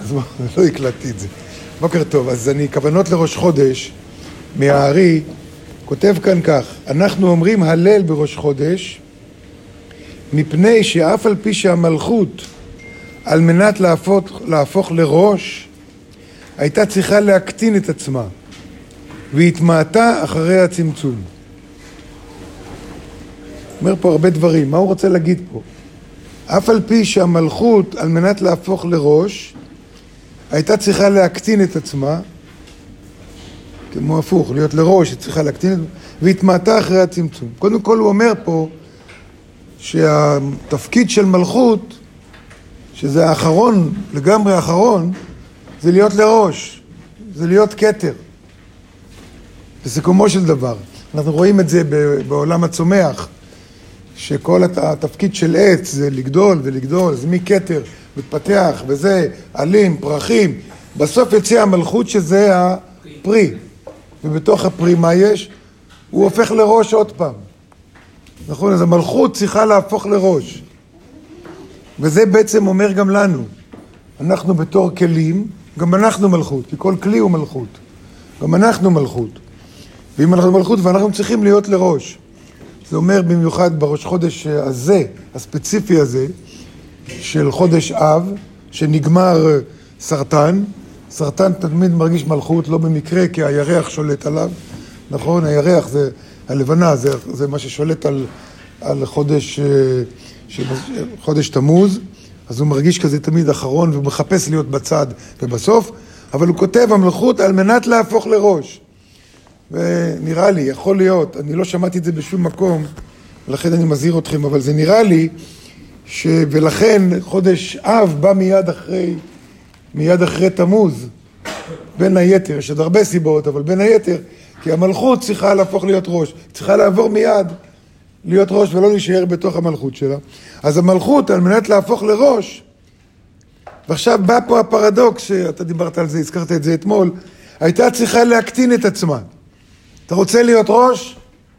אז לא הקלטתי את זה. בוקר טוב, אז כוונות לראש חודש מהארי, כותב כאן כך: אנחנו אומרים הלל בראש חודש מפני שאף על פי שהמלכות על מנת להפוך לראש הייתה צריכה להקטין את עצמה והתמעטה אחרי הצמצום. אומר פה הרבה דברים, מה הוא רוצה להגיד פה? אף על פי שהמלכות על מנת להפוך לראש הייתה צריכה להקטין את עצמה, כמו הפוך, להיות לראש, היא צריכה להקטין את עצמה, והתמעטה אחרי הצמצום. קודם כל הוא אומר פה שהתפקיד של מלכות, שזה האחרון, לגמרי האחרון, זה להיות לראש, זה להיות כתר. בסיכומו של דבר. אנחנו רואים את זה בעולם הצומח, שכל התפקיד של עץ זה לגדול ולגדול, זה מכתר, מתפתח וזה, עלים, פרחים. בסוף יצא המלכות שזה הפרי. ובתוך הפרי מה יש? הוא הופך לראש עוד פעם. נכון? אז המלכות צריכה להפוך לראש. וזה בעצם אומר גם לנו. אנחנו בתור כלים, גם אנחנו מלכות, כי כל כלי הוא מלכות. גם אנחנו מלכות. ואם אנחנו מלכות ואנחנו צריכים להיות לראש. זה אומר במיוחד בראש חודש הזה, הספציפי הזה, של חודש אב, שנגמר סרטן. סרטן תמיד מרגיש מלכות, לא במקרה, כי הירח שולט עליו. נכון? הירח זה הלבנה, זה מה ששולט על חודש תמוז. אז הוא מרגיש כזה תמיד אחרון, והוא מחפש להיות בצד ובסוף. אבל הוא כותב המלכות על מנת להפוך לראש. ונראה לי, יכול להיות, אני לא שמעתי את זה בשום מקום, ולכן אני מזהיר אתכם, אבל זה נראה לי, ולכן חודש אב בא מיד אחרי תמוז, בין היתר, יש עוד הרבה סיבות, אבל בין היתר, כי המלכות צריכה להפוך להיות ראש, צריכה לעבור מיד להיות ראש ולא להישאר בתוך המלכות שלה. אז המלכות, על מנת להפוך לראש, ועכשיו בא פה הפרדוקס, שאתה דיברת על זה, הזכרת את זה אתמול, הייתה צריכה להקטין את עצמה. אתה רוצה להיות ראש?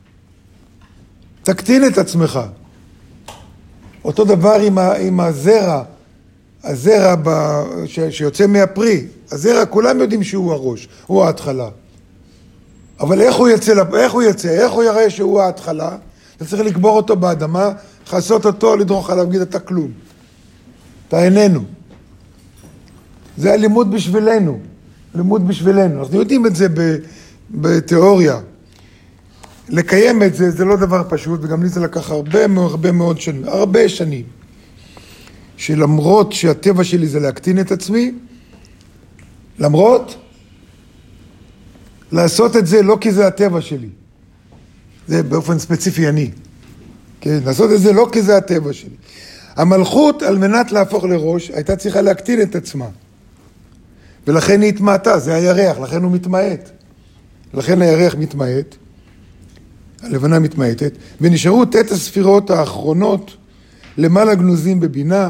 תקטין את עצמך. אותו דבר עם הזרע שיוצא מהפרי. הזרע, כולם יודעים שהוא הראש, הוא ההתחלה. אבל איך הוא יצא? איך הוא יראה שהוא ההתחלה? אתה צריך לקבור אותו באדמה, חסות אותו, לדרוך עליו, להגיד אתה כלום. אתה איננו. זה הלימוד בשבילנו. לימוד בשבילנו. אנחנו יודעים את זה בתיאוריה. לקיים את זה, זה לא דבר פשוט, וגם לי זה לקח הרבה מאוד שנים, הרבה שנים, שלמרות שהטבע שלי זה להקטין את עצמי, למרות, לעשות את זה לא כי זה הטבע שלי. זה באופן ספציפי אני. כן? לעשות את זה לא כי זה הטבע שלי. המלכות, על מנת להפוך לראש, הייתה צריכה להקטין את עצמה. ולכן היא התמעטה, זה הירח, לכן הוא מתמעט. לכן הירח מתמעט, הלבנה מתמעטת, ונשארו תת הספירות האחרונות למעלה גנוזים בבינה,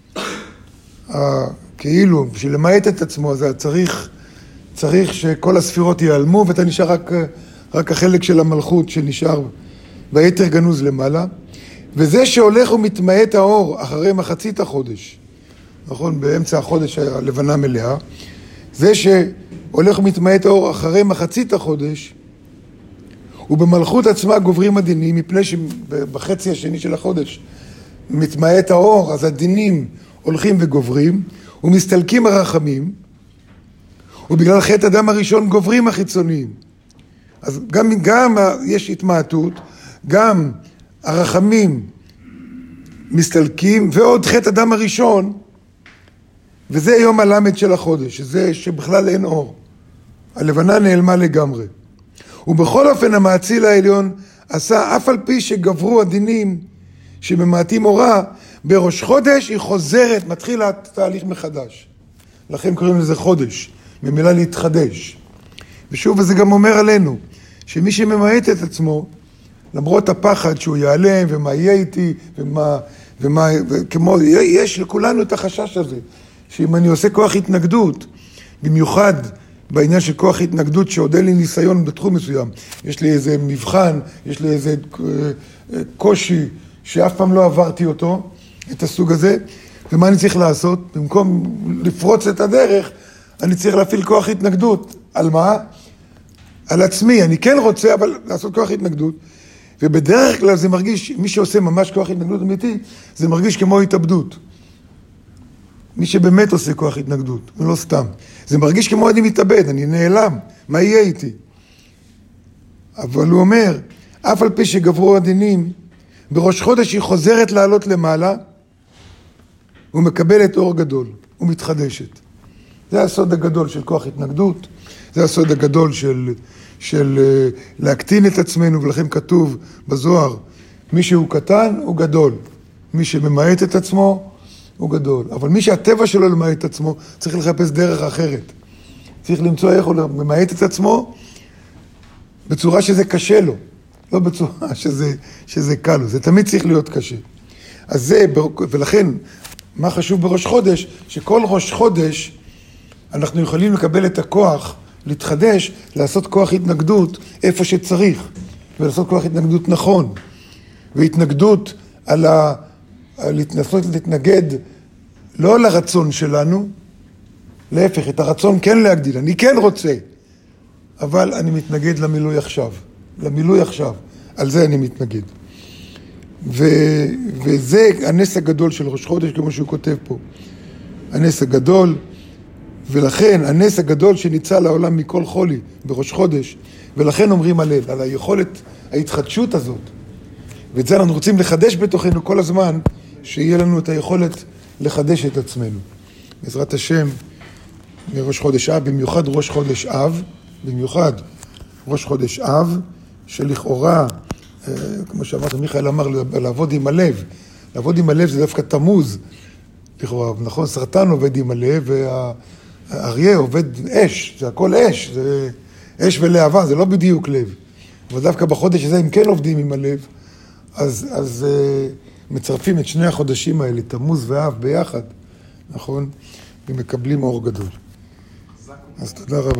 כאילו, בשביל למעט את עצמו, אז צריך שכל הספירות ייעלמו, ואתה נשאר רק החלק של המלכות שנשאר והיתר גנוז למעלה, וזה שהולך ומתמעט האור אחרי מחצית החודש, נכון? באמצע החודש הלבנה מלאה, זה שהולך ומתמעט האור אחרי מחצית החודש, ובמלכות עצמה גוברים הדינים, מפני שבחצי השני של החודש מתמעט האור, אז הדינים הולכים וגוברים, ומסתלקים הרחמים, ובגלל חטא אדם הראשון גוברים החיצוניים. אז גם יש התמעטות, גם הרחמים מסתלקים, ועוד חטא אדם הראשון, וזה יום הלמד של החודש, זה שבכלל אין אור. הלבנה נעלמה לגמרי. ובכל אופן המאציל העליון עשה, אף על פי שגברו הדינים שממעטים אורה, בראש חודש היא חוזרת, מתחיל התהליך מחדש. לכן קוראים לזה חודש, ממילא להתחדש. ושוב, זה גם אומר עלינו, שמי שממעט את עצמו, למרות הפחד שהוא ייעלם, ומה יהיה איתי, וכמו, יש לכולנו את החשש הזה, שאם אני עושה כוח התנגדות, במיוחד בעניין של כוח התנגדות שעוד אין לי ניסיון בתחום מסוים, יש לי איזה מבחן, יש לי איזה קושי שאף פעם לא עברתי אותו, את הסוג הזה, ומה אני צריך לעשות? במקום לפרוץ את הדרך, אני צריך להפעיל כוח התנגדות. על מה? על עצמי. אני כן רוצה, אבל לעשות כוח התנגדות. ובדרך כלל זה מרגיש, מי שעושה ממש כוח התנגדות אמיתי, זה מרגיש כמו התאבדות. מי שבאמת עושה כוח התנגדות, ולא סתם. זה מרגיש כמו אני מתאבד, אני נעלם. מה יהיה איתי? אבל הוא אומר, אף על פי שגברו הדינים, בראש חודש היא חוזרת לעלות למעלה, ומקבלת אור גדול, ומתחדשת. זה הסוד הגדול של כוח התנגדות, זה הסוד הגדול של להקטין את עצמנו, ולכן כתוב בזוהר, מי שהוא קטן הוא גדול, מי שממעט את עצמו הוא גדול, אבל מי שהטבע שלו למעט את עצמו, צריך לחפש דרך אחרת. צריך למצוא איך הוא ממעט את עצמו, בצורה שזה קשה לו, לא בצורה שזה קל לו, זה תמיד צריך להיות קשה. אז זה, ולכן, מה חשוב בראש חודש? שכל ראש חודש אנחנו יכולים לקבל את הכוח, להתחדש, לעשות כוח התנגדות איפה שצריך, ולעשות כוח התנגדות נכון, והתנגדות לנסות להתנגד לא לרצון שלנו, להפך, את הרצון כן להגדיל, אני כן רוצה, אבל אני מתנגד למילוי עכשיו, על זה אני מתנגד. וזה הנס הגדול של ראש חודש, כמו שהוא כותב פה. הנס הגדול, ולכן הנס הגדול שניצל לעולם מכל חולי בראש חודש, ולכן אומרים הלל, על היכולת, ההתחדשות הזאת. ואת זה אנחנו רוצים לחדש בתוכנו כל הזמן, שיהיה לנו את היכולת לחדש את עצמנו. בעזרת השם, בראש חודש אב, במיוחד ראש חודש אב, שלכאורה, כמו שאמרת, מיכאל אמר, לעבוד עם הלב. לעבוד עם הלב זה דווקא תמוז, לכאורה, נכון? סרטן עובד עם הלב, והאריה עובד אש, זה הכל אש, זה אש ולהבה, זה לא בדיוק לב. אבל דווקא בחודש הזה, אם כן עובדים עם הלב, אז מצרפים את שני החודשים האלה, תמוז ואב ביחד, נכון? ומקבלים אור גדול. אז תודה רבה.